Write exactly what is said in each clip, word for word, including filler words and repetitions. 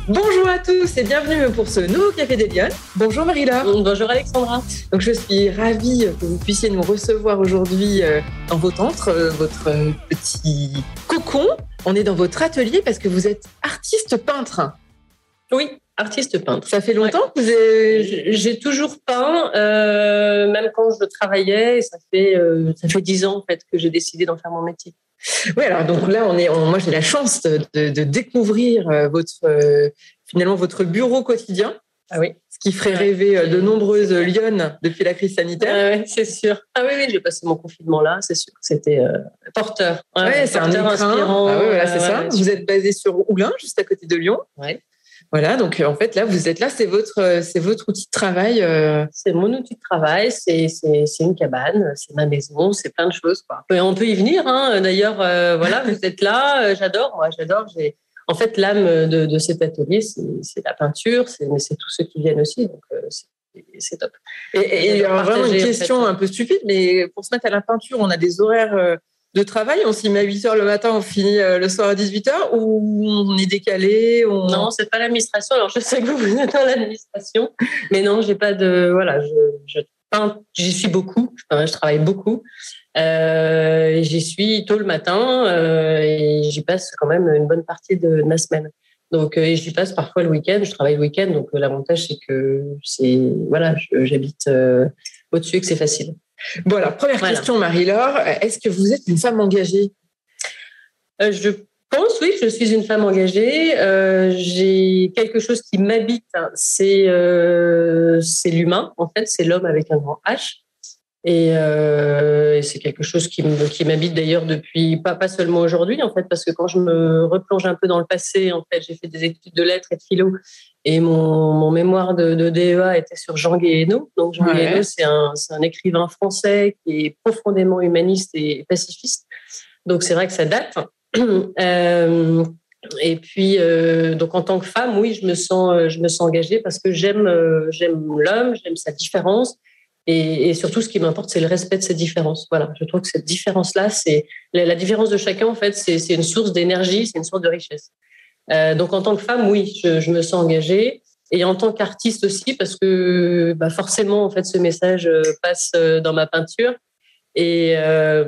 Bonjour à tous et bienvenue pour ce nouveau Café des Lyonnes. Bonjour Marie-Laure. Bonjour Alexandra. Donc je suis ravie que vous puissiez nous recevoir aujourd'hui dans votre antre, votre petit cocon. On est dans votre atelier parce que vous êtes artiste peintre. Oui, artiste peintre. Ça fait longtemps ouais. que vous avez... J'ai toujours peint, euh, même quand je travaillais. Ça fait euh, ça fait dix ans en fait que j'ai décidé d'en faire mon métier. Oui, alors donc là, on est, on, moi j'ai la chance de, de découvrir votre, euh, finalement votre bureau quotidien. Ah oui. Ce qui ferait rêver de nombreuses Lyonnes depuis la crise sanitaire. Ah oui, c'est sûr. Ah oui, oui, j'ai passé mon confinement là, c'est sûr. C'était euh, porteur. Ouais, ouais c'est porteur un écrin. Inspirant. Ah oui, voilà, c'est euh, ça. Ouais, Vous êtes basé sur Oulin, juste à côté de Lyon. Oui. Voilà, donc en fait là, vous êtes là, c'est votre, c'est votre outil de travail. Euh... C'est mon outil de travail, c'est, c'est, c'est une cabane, c'est ma maison, c'est plein de choses, quoi. On peut y venir, hein. D'ailleurs, euh, voilà, vous êtes là, j'adore, moi, j'adore. J'ai... En fait, l'âme de, de cet atelier, c'est, c'est la peinture, c'est, mais c'est tous ceux qui viennent aussi, donc euh, c'est, c'est top. Et, et, et alors, vraiment une question en fait. un peu stupide, mais pour se mettre à la peinture, on a des horaires de travail, on s'y met à huit heures le matin, on finit le soir à dix-huit heures, ou on est décalé on... Non, c'est pas l'administration. Alors, je sais que vous, vous êtes dans l'administration, mais non, j'ai pas de... Voilà, je, je peins, j'y suis beaucoup, je, je travaille beaucoup. Euh, j'y suis tôt le matin euh, et j'y passe quand même une bonne partie de, de ma semaine. Donc, euh, j'y passe parfois le week-end. Je travaille le week-end, donc euh, l'avantage c'est que c'est voilà, je, j'habite euh, au-dessus et que c'est facile. Bon, alors première voilà. question, Marie-Laure, est-ce que vous êtes une femme engagée ? euh, Je pense oui, je suis une femme engagée. Euh, j'ai quelque chose qui m'habite, hein, c'est euh, c'est l'humain en fait, c'est l'homme avec un grand H. Et, euh, et c'est quelque chose qui, me, qui m'habite d'ailleurs depuis, pas, pas seulement aujourd'hui en fait, parce que quand je me replonge un peu dans le passé, en fait, j'ai fait des études de lettres et de philo, et mon, mon mémoire de, de D E A était sur Jean Guéhenno. Donc Jean ouais. Guéhenno, c'est un, c'est un écrivain français qui est profondément humaniste et pacifiste. Donc c'est vrai que ça date. euh, et puis, euh, donc en tant que femme, oui, je me sens, je me sens engagée parce que j'aime, euh, j'aime l'homme, j'aime sa différence. Et, et surtout, ce qui m'importe, c'est le respect de ces différences. Voilà, je trouve que cette différence-là, c'est la, la différence de chacun. En fait, c'est, c'est une source d'énergie, c'est une source de richesse. Euh, donc, en tant que femme, oui, je, je me sens engagée, et en tant qu'artiste aussi, parce que bah, forcément, en fait, ce message passe dans ma peinture et euh,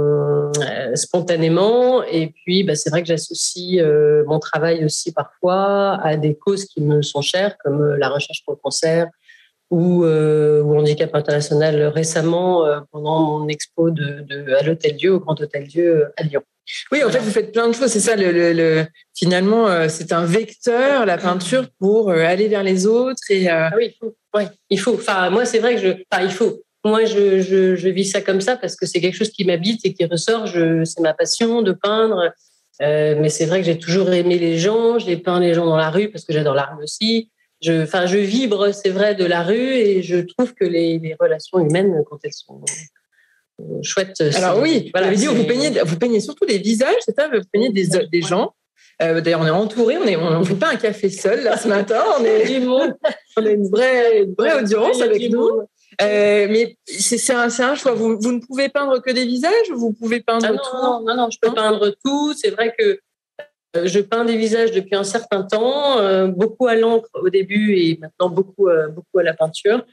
euh, spontanément. Et puis, bah, c'est vrai que j'associe euh, mon travail aussi parfois à des causes qui me sont chères, comme la recherche pour le cancer. Ou, euh, ou handicap international récemment euh, pendant mon expo de, de, à l'Hôtel Dieu, au Grand Hôtel Dieu à Lyon. Oui, en voilà. fait, vous faites plein de choses. C'est ça, le, le, le, finalement, euh, c'est un vecteur, la peinture, pour euh, aller vers les autres. Et, euh... ah oui, il faut. Ouais, il faut. Enfin, moi, c'est vrai que je... Enfin, il faut. Moi, je, je, je vis ça comme ça parce que c'est quelque chose qui m'habite et qui ressort. Je, c'est ma passion de peindre. Euh, mais c'est vrai que j'ai toujours aimé les gens. J'ai peint les gens dans la rue parce que j'adore la rue aussi. Je, enfin, je vibre, c'est vrai, de la rue et je trouve que les, les relations humaines, quand elles sont chouettes... Alors oui, voilà, vous, dit, vous, peignez, vous peignez surtout des visages, c'est ça ? Vous peignez des, des ouais. gens. Euh, d'ailleurs, on est entourés, on ne on fait pas un café seul là, ce matin. On est du monde. On a une vraie, une vraie audience avec nous. Euh, mais c'est, c'est, un, c'est un choix. Vous, vous ne pouvez peindre que des visages ou vous pouvez peindre ah non, tout ? Non, non, non, je peux non peindre tout. C'est vrai que je peins des visages depuis un certain temps, euh, beaucoup à l'encre au début et maintenant beaucoup, euh, beaucoup à la peinture,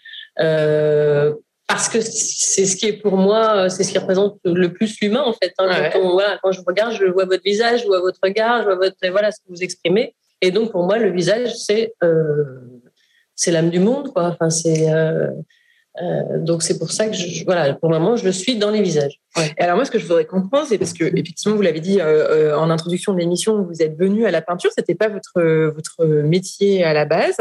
euh, parce que c'est ce qui est pour moi, c'est ce qui représente le plus l'humain en fait. Hein. Ouais. Quand, on, voilà, quand je regarde, je vois votre visage, je vois votre regard, je vois votre, voilà, ce que vous exprimez. Et donc pour moi, le visage, c'est, euh, c'est l'âme du monde, quoi. Enfin, c'est euh, Euh, donc c'est pour ça que je, voilà, pour le moment je suis dans les visages. Ouais. Et alors moi ce que je voudrais comprendre, c'est parce que effectivement vous l'avez dit euh, en introduction de l'émission, vous êtes venu à la peinture, c'était pas votre votre métier à la base.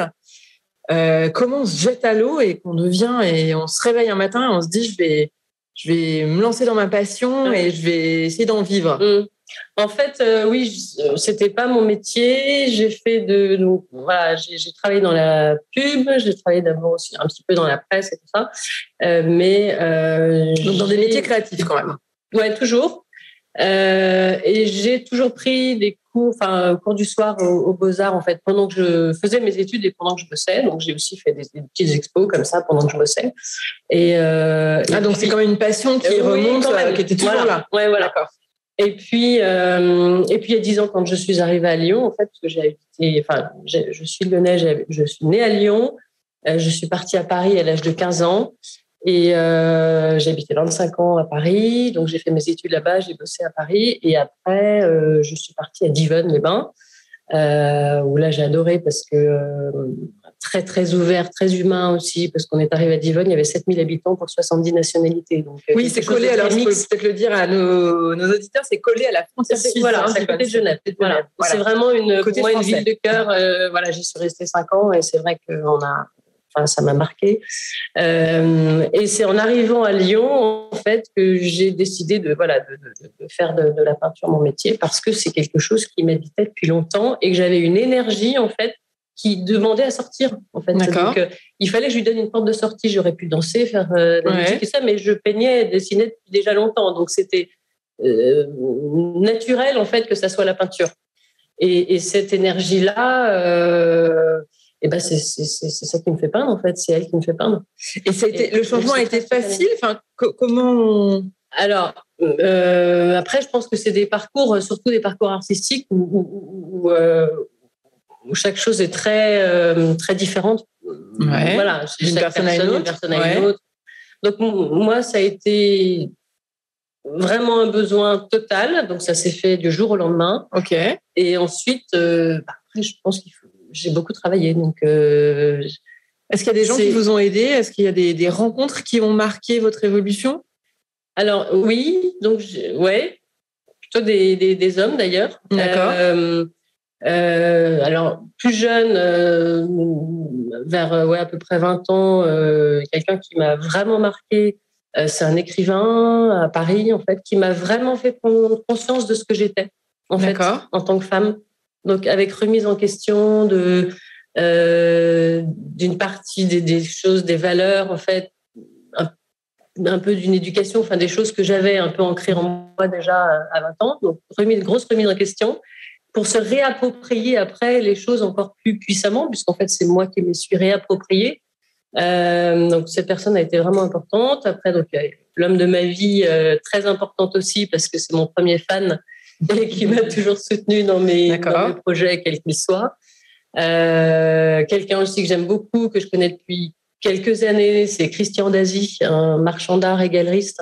Euh, comment on se jette à l'eau et qu'on devient et on se réveille un matin et on se dit je vais je vais me lancer dans ma passion et je vais essayer d'en vivre. Mmh. En fait, euh, oui, je, c'était pas mon métier. J'ai fait de, donc voilà, j'ai, j'ai travaillé dans la pub, j'ai travaillé d'abord aussi un petit peu dans la presse et tout ça, euh, mais euh, donc dans des métiers créatifs quand même. Ouais, toujours. Euh, et j'ai toujours pris des cours, enfin cours du soir aux, aux Beaux-Arts en fait pendant que je faisais mes études et pendant que je bossais. Donc j'ai aussi fait des, des petites expos comme ça pendant que je bossais. Et, euh, ah et donc puis, c'est quand même une passion qui euh, remonte, oui, euh, qui était toujours voilà. là. Ouais, voilà. D'accord. Et puis, euh, et puis, il y a dix ans, quand je suis arrivée à Lyon, en fait, parce que j'ai habité, enfin, j'ai, je suis lyonnaise, je suis née à Lyon, euh, je suis partie à Paris à l'âge de quinze ans, et euh, j'ai habité vingt-cinq ans à Paris, donc j'ai fait mes études là-bas, j'ai bossé à Paris, et après, euh, je suis partie à Divonne-les-Bains, euh, où là, j'ai adoré parce que euh, très, très ouvert, très humain aussi, parce qu'on est arrivé à Divonne, il y avait sept mille habitants pour soixante-dix nationalités. Donc, oui, c'est collé, alors il faut peut-être le dire à nos, nos auditeurs, c'est collé à la frontière suisse. Voilà, c'est côté de Genève. Voilà. Voilà. C'est vraiment une, pour moi, une ville de cœur. Euh, voilà, j'y suis restée cinq ans et c'est vrai que on a, enfin, ça m'a marqué. Euh, et c'est en arrivant à Lyon, en fait, que j'ai décidé de, voilà, de, de, de faire de, de la peinture mon métier parce que c'est quelque chose qui m'habitait depuis longtemps et que j'avais une énergie, en fait, qui demandait à sortir, en fait. D'accord. Donc, euh, il fallait que je lui donne une porte de sortie. J'aurais pu danser, faire euh, de la ouais. musique et ça, mais je peignais, dessinais depuis déjà longtemps. Donc, c'était euh, naturel, en fait, que ça soit la peinture. Et, et cette énergie-là, euh, et ben c'est, c'est, c'est, c'est ça qui me fait peindre, en fait. C'est elle qui me fait peindre. Et ça a été, et le changement a été facile. Enfin, co- comment on... Alors, euh, après, je pense que c'est des parcours, surtout des parcours artistiques où, où, où, euh, où chaque chose est très, euh, très différente. Ouais. Voilà, d'une chaque personne, personne, à une autre. Une personne à une autre. Donc, moi, ça a été vraiment un besoin total. Donc, ça s'est fait du jour au lendemain. OK. Et ensuite, euh, bah, après, je pense qu'il faut, j'ai beaucoup travaillé. Donc, euh, est-ce qu'il y a des gens c'est... qui vous ont aidé? Est-ce qu'il y a des, des rencontres qui ont marqué votre évolution? Alors, oui. Donc, ouais. Plutôt des, des, des hommes, d'ailleurs. D'accord. Euh, Euh, alors, plus jeune, euh, vers ouais, à peu près vingt ans, euh, quelqu'un qui m'a vraiment marqué, euh, c'est un écrivain à Paris, en fait, qui m'a vraiment fait prendre conscience de ce que j'étais, en fait, en tant que femme. Donc, avec remise en question de, euh, d'une partie des, des choses, des valeurs, en fait, un, un peu d'une éducation, enfin, des choses que j'avais un peu ancrées en moi déjà à vingt ans. Donc, remise, grosse remise en question, pour se réapproprier après les choses encore plus puissamment, puisqu'en fait, c'est moi qui me suis réappropriée. Euh, donc, cette personne a été vraiment importante. Après, donc, l'homme de ma vie, euh, très importante aussi, parce que c'est mon premier fan et qui m'a toujours soutenue dans mes, dans mes projets, quels qu'ils soient. Euh, quelqu'un aussi que j'aime beaucoup, que je connais depuis quelques années, c'est Christian Dazy, un marchand d'art et galeriste,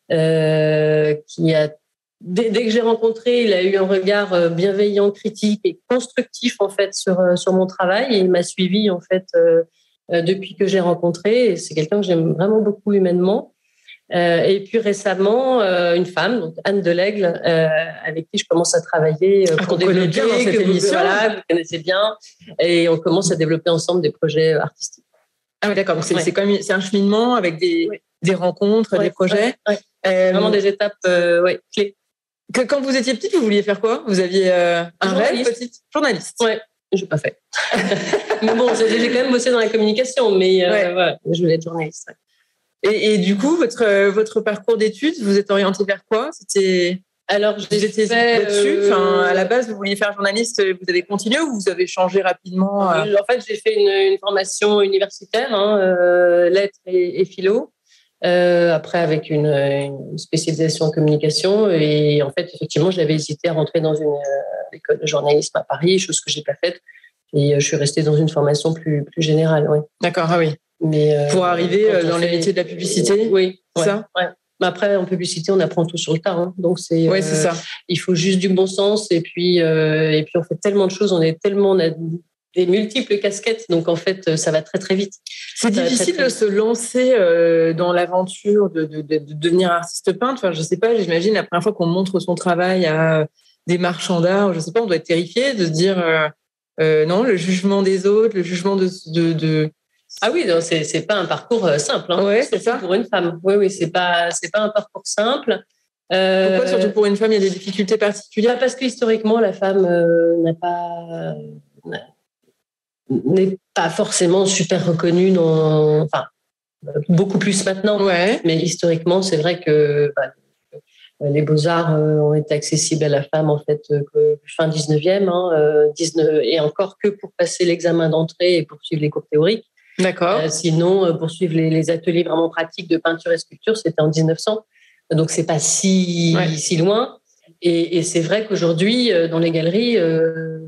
euh, qui a Dès, dès que j'ai rencontré, il a eu un regard bienveillant, critique et constructif en fait sur sur mon travail et il m'a suivi en fait euh, depuis que j'ai rencontré. Et c'est quelqu'un que j'aime vraiment beaucoup humainement. Euh, et puis récemment, euh, une femme, donc Anne Delaigle, euh, avec qui je commence à travailler ah, pour développer bien dans cette que émission. Vous, voilà, vous connaissez bien, et on commence à développer ensemble des projets artistiques. Ah oui, d'accord. Donc c'est, ouais. c'est quand même c'est un cheminement avec des oui. des rencontres, ouais, des projets. Ouais, ouais. Euh, vraiment des étapes euh, ouais, clés. Que quand vous étiez petite, vous vouliez faire quoi? Vous aviez euh, un rêve, petite journaliste? Ouais, je n'ai pas fait. Mais bon, j'ai, j'ai quand même bossé dans la communication, mais euh, ouais. voilà, je voulais être journaliste. Ouais. Et, et du coup, votre votre parcours d'études, vous êtes orienté vers quoi? C'était alors j'ai été fait là-dessus. Euh... Enfin, à la base, vous vouliez faire journaliste, vous avez continué ou vous avez changé rapidement? euh... En fait, j'ai fait une, une formation universitaire, hein, euh, lettres et, et philo. Euh, après, avec une, une spécialisation en communication. Et en fait, effectivement, j'avais hésité à rentrer dans une euh, école de journalisme à Paris, chose que je n'ai pas faite. Et euh, je suis restée dans une formation plus, plus générale. Oui. D'accord, ah oui. Mais euh, pour arriver dans fait... les métiers de la publicité, oui, c'est ouais, ça ouais. Mais après, en publicité, on apprend tout sur le tas. Hein. Donc, c'est, ouais, euh, c'est ça. Il faut juste du bon sens. Et puis, euh, et puis, on fait tellement de choses. On est tellement... On a des multiples casquettes, donc en fait, ça va très très vite. C'est ça difficile très, très de se lancer euh, dans l'aventure de, de, de, de devenir artiste peintre. Enfin, je sais pas, j'imagine la première fois qu'on montre son travail à des marchands d'art, je sais pas, on doit être terrifié de se dire euh, euh, non, le jugement des autres, le jugement de... de, de... Ah oui, non, c'est c'est pas un parcours simple. Hein, ouais, c'est ça. Pour une femme, oui, oui, c'est pas c'est pas un parcours simple. Euh, Pourquoi, surtout pour une femme, il y a des difficultés particulières? Parce que historiquement, la femme euh, n'a pas n'a, n'est pas forcément super reconnue dans, enfin, beaucoup plus maintenant. Ouais. Mais historiquement, c'est vrai que bah, les beaux-arts ont été accessibles à la femme en fait que fin dix-neuvième, hein, dix-neuf, et encore que pour passer l'examen d'entrée et poursuivre les cours théoriques. D'accord. Euh, sinon, poursuivre les, les ateliers vraiment pratiques de peinture et sculpture, c'était en dix-neuf cents. Donc c'est pas si ouais. si loin. et, et c'est vrai qu'aujourd'hui, dans les galeries, euh,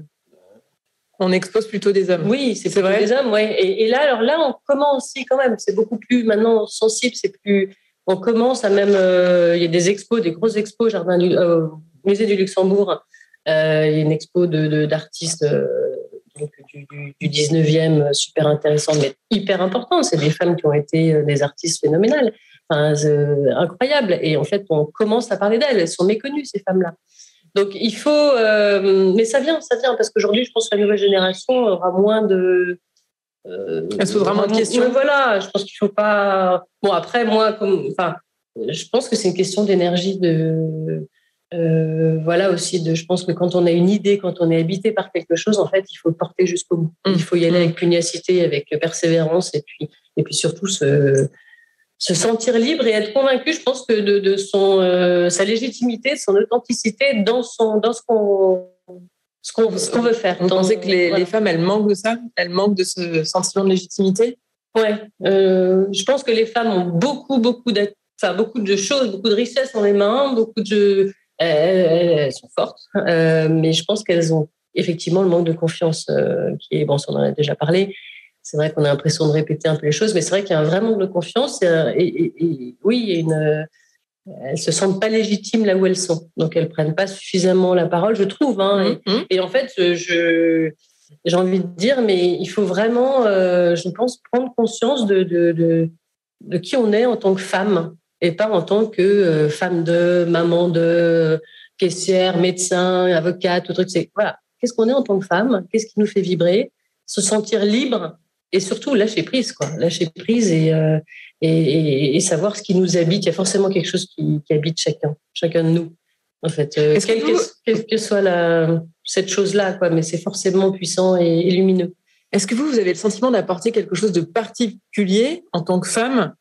on expose plutôt des hommes. Oui, c'est, c'est vrai. Des hommes, ouais. Et, et là, alors là, on commence aussi quand même. C'est beaucoup plus maintenant sensible. C'est plus. On commence à même. Euh, il y a des expos, des grosses expos, jardin du euh, musée du Luxembourg. Euh, il y a une expo de, de d'artistes euh, donc du, du, du dix-neuvième, super intéressante, mais hyper importante. C'est des femmes qui ont été euh, des artistes phénoménales, enfin euh, incroyables. Et en fait, on commence à parler d'elles. Elles sont méconnues, ces femmes-là. Donc il faut, euh, mais ça vient, ça vient, parce qu'aujourd'hui, je pense que la nouvelle génération aura moins de. Euh, Elle se posera moins de questions. Voilà, je pense qu'il faut pas. Bon, après, moi, comme, enfin, je pense que c'est une question d'énergie, de. Euh, voilà aussi, de. Je pense que quand on a une idée, quand on est habité par quelque chose, en fait, il faut le porter jusqu'au bout. Mmh. Il faut y aller mmh. avec pugnacité, avec persévérance, et puis, et puis surtout se. se sentir libre et être convaincu, je pense, que de, de son, euh, sa légitimité, de son authenticité dans, son, dans ce, qu'on, ce, qu'on, ce qu'on veut faire. Vous dans, pensez que les, voilà. les femmes, elles manquent de ça ? Elles manquent de ce sentiment de légitimité ? Oui. Euh, je pense que les femmes ont beaucoup, beaucoup, enfin, beaucoup de choses, beaucoup de richesses dans les mains, beaucoup de... Elles, elles sont fortes, euh, mais je pense qu'elles ont effectivement le manque de confiance euh, qui est... Bon, ça, on en a déjà parlé. C'est vrai qu'on a l'impression de répéter un peu les choses, mais c'est vrai qu'il y a un vrai manque de confiance. Et, et, et, et oui, il y a une, elles ne se sentent pas légitimes là où elles sont. Donc, elles ne prennent pas suffisamment la parole, je trouve. Hein. Mm-hmm. Et, et en fait, je, j'ai envie de dire, mais il faut vraiment, euh, je pense, prendre conscience de, de, de, de qui on est en tant que femme et pas en tant que euh, femme de, maman de, caissière, médecin, avocate, tout truc. C'est, voilà, qu'est-ce qu'on est en tant que femme ? Qu'est-ce qui nous fait vibrer ? Se sentir libre et surtout lâcher prise, quoi. Lâcher prise et, euh, et, et, et savoir ce qui nous habite. Il y a forcément quelque chose qui, qui habite chacun, chacun de nous, en fait. Euh, quelle que, vous... quelle que soit la, cette chose-là, quoi, mais c'est forcément puissant et, et lumineux. Est-ce que vous, vous avez le sentiment d'apporter quelque chose de particulier en tant que femme,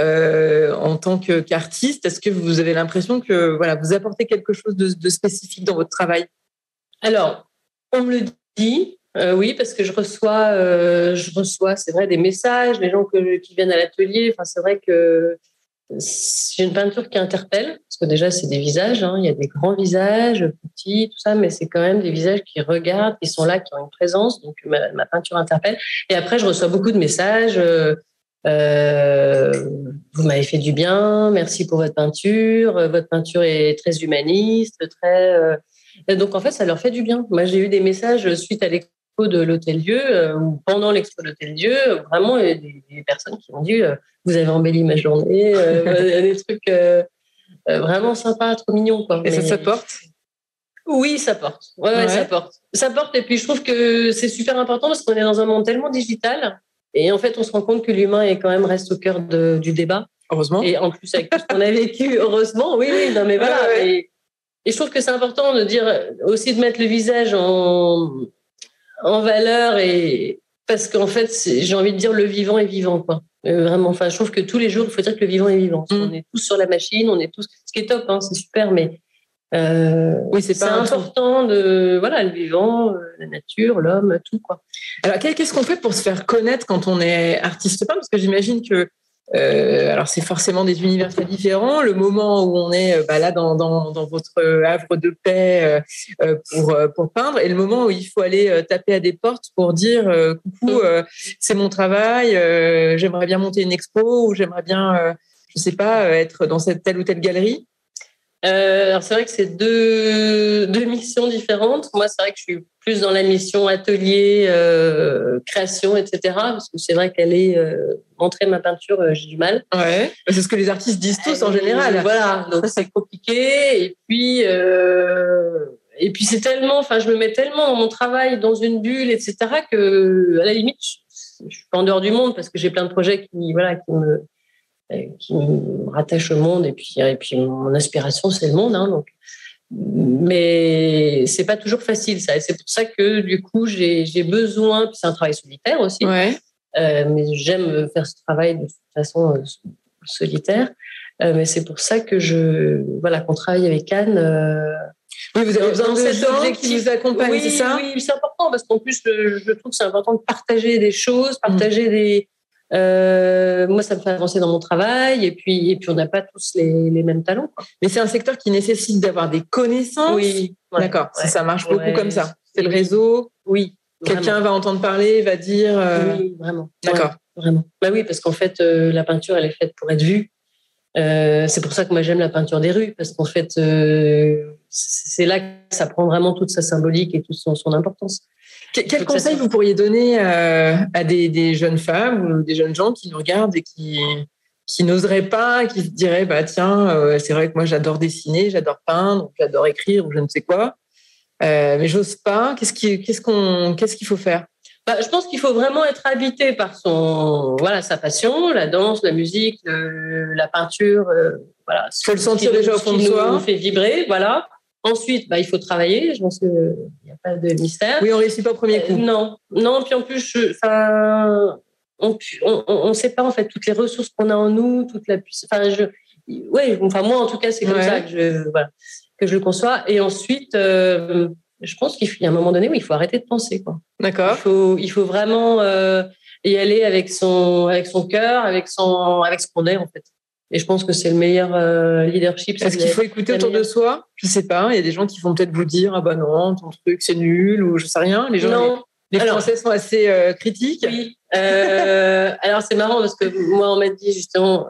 euh, en tant que, qu'artiste ? Est-ce que vous avez l'impression que voilà, vous apportez quelque chose de, de spécifique dans votre travail ? Alors, on me le dit. Euh, oui, parce que je reçois, euh, je reçois, c'est vrai, des messages, les gens que, qui viennent à l'atelier. Enfin, c'est vrai que j'ai une peinture qui interpelle, parce que déjà, c'est des visages. Hein, il y a des grands visages, petits, tout ça, mais c'est quand même des visages qui regardent, qui sont là, qui ont une présence. Donc, ma, ma peinture interpelle. Et après, je reçois beaucoup de messages. Euh, euh, vous m'avez fait du bien, merci pour votre peinture. Votre peinture est très humaniste, très. Euh, donc, en fait, ça leur fait du bien. Moi, j'ai eu des messages suite à l'expo de l'Hôtel-Dieu euh, ou pendant l'expo de l'Hôtel-Dieu, vraiment des, des personnes qui m'ont dit euh, vous avez embelli ma journée, euh, des trucs euh, euh, vraiment sympas, trop mignons, quoi. Et mais... ça, ça porte ? Oui, ça porte. Ouais, ouais, ouais, ça porte. Ça porte. Et puis, je trouve que c'est super important parce qu'on est dans un monde tellement digital. Et en fait, on se rend compte que l'humain est quand même reste au cœur de, du débat. Heureusement. Et en plus, avec tout ce qu'on a vécu, heureusement, oui, oui, non, mais voilà. Ouais, ouais. Et, et je trouve que c'est important de dire aussi de mettre le visage en en valeur et parce qu'en fait c'est, j'ai envie de dire le vivant est vivant, quoi. Euh, vraiment, enfin je trouve que tous les jours il faut dire que le vivant est vivant. Mmh. On est tous sur la machine, on est tous, ce qui est top, hein, c'est super, mais euh, oui c'est, c'est pas important de voilà le vivant, la nature, l'homme, tout, quoi. Alors qu'est-ce qu'on fait pour se faire connaître quand on est artiste peintre, parce que j'imagine que Euh, alors c'est forcément des univers très différents. Le moment où on est bah, là dans, dans, dans votre havre de paix euh, pour, pour peindre, et le moment où il faut aller taper à des portes pour dire euh, coucou, euh, c'est mon travail, euh, j'aimerais bien monter une expo ou j'aimerais bien, euh, je sais pas, être dans cette telle ou telle galerie. Euh, alors c'est vrai que c'est deux, deux missions différentes. Moi, c'est vrai que je suis plus dans la mission atelier, euh, création, et cetera. Parce que c'est vrai qu'aller euh, montrer ma peinture, euh, j'ai du mal. Ouais. C'est ce que les artistes disent tous en général. Voilà, donc c'est compliqué. Et puis, euh, et puis c'est tellement, enfin, je me mets tellement dans mon travail, dans une bulle, et cetera. Que à la limite, je, je suis pas en dehors du monde parce que j'ai plein de projets qui, voilà, qui me qui me rattache au monde, et puis, et puis mon inspiration c'est le monde, hein, donc. Mais c'est pas toujours facile, ça, et c'est pour ça que du coup j'ai, j'ai besoin, puis c'est un travail solitaire aussi, ouais. euh, mais j'aime faire ce travail de toute façon euh, solitaire, euh, mais c'est pour ça que je voilà qu'on travaille avec Anne. Euh, oui, vous avez besoin de cet gens qui vous accompagnent, oui, c'est ça ? Oui, c'est important parce qu'en plus je, je trouve que c'est important de partager des choses, partager mmh. des Euh, moi, ça me fait avancer dans mon travail. Et puis, et puis on n'a pas tous les, les mêmes talents, quoi. Mais c'est un secteur qui nécessite d'avoir des connaissances. Oui. Ouais, D'accord. ouais, ça marche beaucoup ouais, comme ça. C'est oui, le réseau. Oui. Quelqu'un va entendre parler, va dire. Euh... Oui, vraiment. D'accord. Ouais, vraiment. Bah oui, parce qu'en fait, euh, la peinture, elle est faite pour être vue. Euh, c'est pour ça que moi j'aime la peinture des rues, parce qu'en fait, euh, c'est là que ça prend vraiment toute sa symbolique et toute son, son importance. Quel, quel conseil vous pourriez donner euh, à des, des jeunes femmes ou des jeunes gens qui nous regardent et qui, qui n'oseraient pas, qui se diraient bah tiens, euh, c'est vrai que moi j'adore dessiner, j'adore peindre, j'adore écrire ou je ne sais quoi, euh, mais j'ose pas. Qu'est-ce qui, qu'est-ce qu'on, qu'est-ce qu'il faut faire? Bah, je pense qu'il faut vraiment être habité par son, voilà, sa passion, la danse, la musique, le, la peinture. Euh, voilà, il faut le sentir déjà au fond de soi. Nous fait vibrer, voilà. Ensuite, bah, il faut travailler. Je pense qu'il n'y a pas de mystère. Oui, on ne réussit pas au premier coup. Euh, non, non. Puis en plus, je, on ne sait pas en fait toutes les ressources qu'on a en nous, toute la puissance. Enfin, je, ouais, enfin moi en tout cas, c'est comme ouais. ça que je, voilà, que je le conçois. Et ensuite. Euh, Je pense qu'il y a un moment donné où il faut arrêter de penser, quoi. D'accord. Il faut, il faut vraiment euh, y aller avec son, avec son cœur, avec son, avec ce qu'on est en fait. Et je pense que c'est le meilleur euh, leadership. Est-ce qu'il faut écouter autour meilleure... de soi? Je sais pas. Il y a des gens qui vont peut-être vous dire ah bah non, ton truc c'est nul ou je sais rien. Les gens, non. les, les alors, Français sont assez euh, critiques. Oui. Euh, alors c'est marrant parce que moi on m'a dit justement.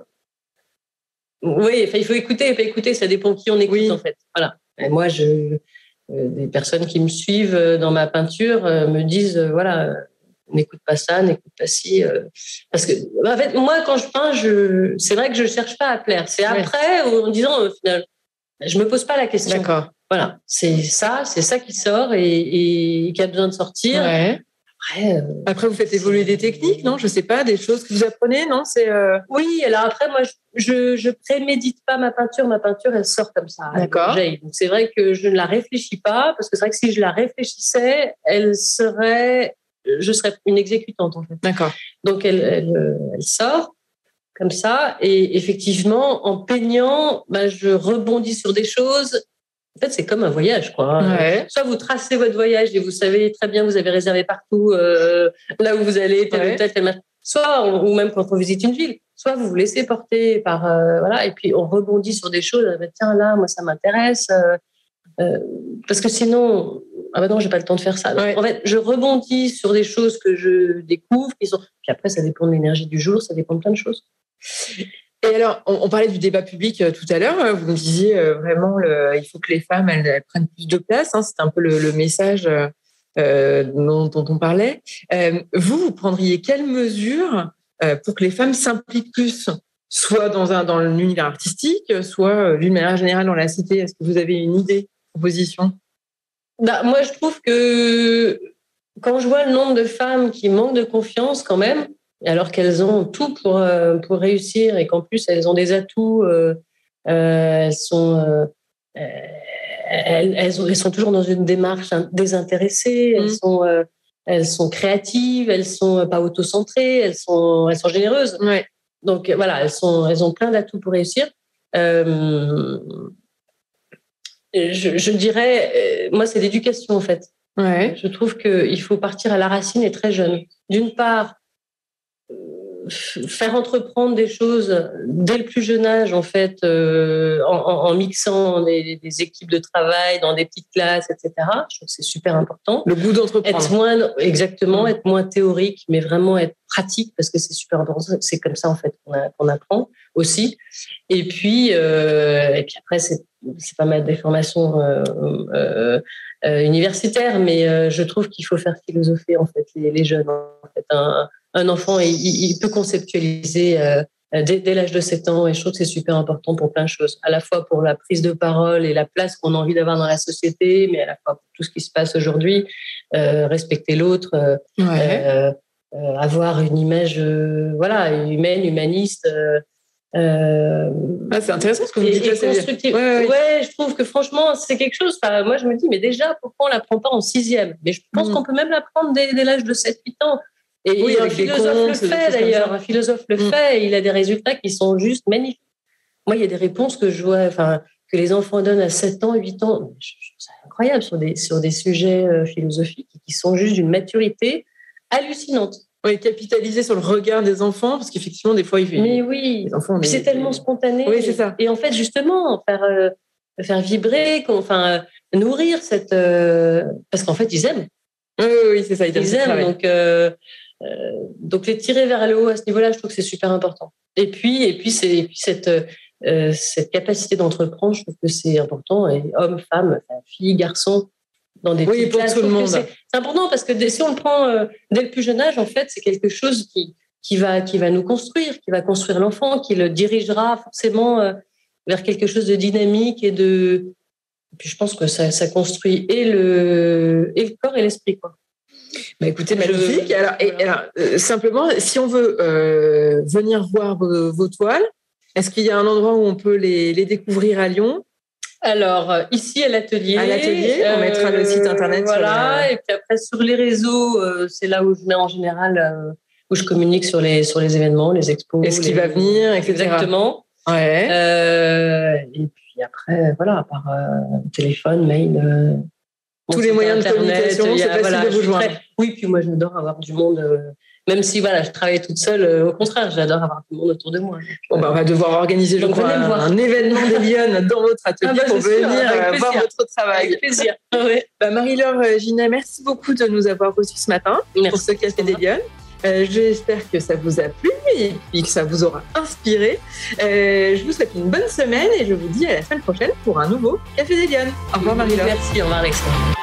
Oui, il faut écouter, il faut écouter. Ça dépend qui on écoute oui. en fait. Voilà. Et moi je. Des personnes qui me suivent dans ma peinture me disent voilà, n'écoute pas ça, n'écoute pas ci. Parce que en fait, moi, quand je peins, je, c'est vrai que je cherche pas à plaire. C'est après, ouais. en disant au final, je me pose pas la question. D'accord. Voilà, c'est ça, c'est ça qui sort et, et qui a besoin de sortir. Ouais. Après, euh, après, vous faites évoluer des techniques, non? Je sais pas, des choses que vous apprenez, non? C'est euh... Oui, alors après, moi, je, je, je prémédite pas ma peinture. Ma peinture, elle sort comme ça. D'accord. Donc, c'est vrai que je ne la réfléchis pas, parce que c'est vrai que si je la réfléchissais, elle serait, je serais une exécutante, en fait. D'accord. Donc, elle, elle, elle sort comme ça. Et effectivement, en peignant, ben, je rebondis sur des choses. En fait, c'est comme un voyage, quoi. Ouais. Soit vous tracez votre voyage et vous savez très bien, vous avez réservé partout euh, là où vous allez, tel ouais. hôtel, tel machin. Soit, on, ou même quand on visite une ville, soit vous vous laissez porter par euh, voilà, et puis on rebondit sur des choses. Ah, tiens, là, moi, ça m'intéresse, euh, euh, parce que sinon, ah bah non, j'ai pas le temps de faire ça. Donc, ouais. En fait, je rebondis sur des choses que je découvre, qui sont. Puis après, ça dépend de l'énergie du jour, ça dépend de plein de choses. Et alors, on, on parlait du débat public euh, tout à l'heure. Vous me disiez euh, vraiment, le, il faut que les femmes elles, elles prennent plus de place. Hein, c'est un peu le, le message euh, dont, dont on parlait. Euh, vous, vous prendriez quelles mesures euh, pour que les femmes s'impliquent plus, soit dans un dans l'univers artistique, soit d'une manière générale dans la cité? Est-ce que vous avez une idée, une proposition? Bah, moi, je trouve que quand je vois le nombre de femmes qui manquent de confiance, quand même. Alors qu'elles ont tout pour, euh, pour réussir et qu'en plus, elles ont des atouts, euh, euh, elles, sont, euh, elles, elles, ont, elles sont toujours dans une démarche désintéressée, elles, mmh. sont, euh, elles sont créatives, elles ne sont pas autocentrées, elles sont, elles sont généreuses. Ouais. Donc voilà, elles, sont, elles ont plein d'atouts pour réussir. Euh, je, je dirais, moi, c'est l'éducation en fait. Ouais. Je trouve qu'il faut partir à la racine et très jeune. D'une part, faire entreprendre des choses dès le plus jeune âge, en fait, euh, en, en mixant des, des équipes de travail dans des petites classes, et cetera. Je trouve que c'est super important. Le goût d'entreprendre. Être moins, exactement, mmh. être moins théorique, mais vraiment être pratique, parce que c'est super important. C'est comme ça, en fait, qu'on, a, qu'on apprend aussi. Et puis, euh, et puis après, c'est, c'est pas mal des formations euh, euh, euh, universitaires, mais euh, je trouve qu'il faut faire philosopher, en fait, les, les jeunes. En fait, un, un enfant, il, il peut conceptualiser euh, dès, dès l'âge de sept ans, et je trouve que c'est super important pour plein de choses, à la fois pour la prise de parole et la place qu'on a envie d'avoir dans la société, mais à la fois pour tout ce qui se passe aujourd'hui, euh, respecter l'autre, euh, ouais. euh, euh, avoir une image euh, voilà, humaine, humaniste. Euh, euh, ah, c'est intéressant ce que vous et, dites. Et là, constructive. Ouais, ouais. ouais, je trouve que franchement, c'est quelque chose. Enfin, moi, je me dis, mais déjà, pourquoi on ne l'apprend pas en sixième? Mais je pense mmh. qu'on peut même l'apprendre dès, dès l'âge de sept huit ans. Et, oui, et un philosophe comptes, le fait d'ailleurs, un philosophe le mmh. fait, et il a des résultats qui sont juste magnifiques. Moi, il y a des réponses que je vois, enfin, que les enfants donnent à sept ans, huit ans, c'est incroyable sur des, sur des sujets philosophiques qui sont juste d'une maturité hallucinante. Oui, capitaliser sur le regard des enfants, parce qu'effectivement, des fois, il fait. Mais oui, les enfants, c'est des... tellement spontané. Oui, c'est ça. Et en fait, justement, faire, euh, faire vibrer, enfin, euh, nourrir cette. Euh... Parce qu'en fait, ils aiment. Oui, oui, oui c'est ça. Ils, ils aiment. Donc, euh, euh, donc, les tirer vers le haut à ce niveau-là, je trouve que c'est super important. Et puis, et puis, c'est, et puis cette, euh, cette capacité d'entreprendre, je trouve que c'est important. Et hommes, femmes, filles, garçons. Dans des oui, pour classes, tout le monde. C'est, c'est important parce que si on le prend euh, dès le plus jeune âge, en fait, c'est quelque chose qui, qui, va, qui va nous construire, qui va construire l'enfant, qui le dirigera forcément euh, vers quelque chose de dynamique et de. Et puis je pense que ça, ça construit et le, et le corps et l'esprit, quoi. Bah écoutez, magnifique. Je... Alors, et, alors euh, simplement, si on veut euh, venir voir vos, vos toiles, est-ce qu'il y a un endroit où on peut les, les découvrir à Lyon? Alors, ici, à l'atelier. À l'atelier, on mettra euh, le site internet. Voilà, la... et puis après, sur les réseaux, euh, c'est là où je mets en général, euh, où je communique sur les, sur les événements, les expos. Et ce les... qui va venir, et cetera. Exactement. Ouais. Euh, et puis après, voilà, par euh, téléphone, mail. Euh, Tous les moyens internet, de communication, a, c'est facile voilà, de vous joindre. Très... Oui, puis moi, j'adore avoir du monde. Euh... Même si voilà, je travaille toute seule, euh, au contraire, j'adore avoir du monde autour de moi. Donc, bon, bah, on va devoir organiser je crois, un, un événement des Lyonnes dans votre atelier ah bah, pour venir sûr, voir votre travail. Avec plaisir. Ouais. Bah, Marie-Laure Ginet, merci beaucoup de nous avoir reçus ce matin merci pour ce Café des Lyonnes. Euh, j'espère que ça vous a plu et puis que ça vous aura inspiré. Euh, je vous souhaite une bonne semaine et je vous dis à la semaine prochaine pour un nouveau Café des Lyonnes. Au revoir Marie-Laure. Merci, au revoir Alexandre.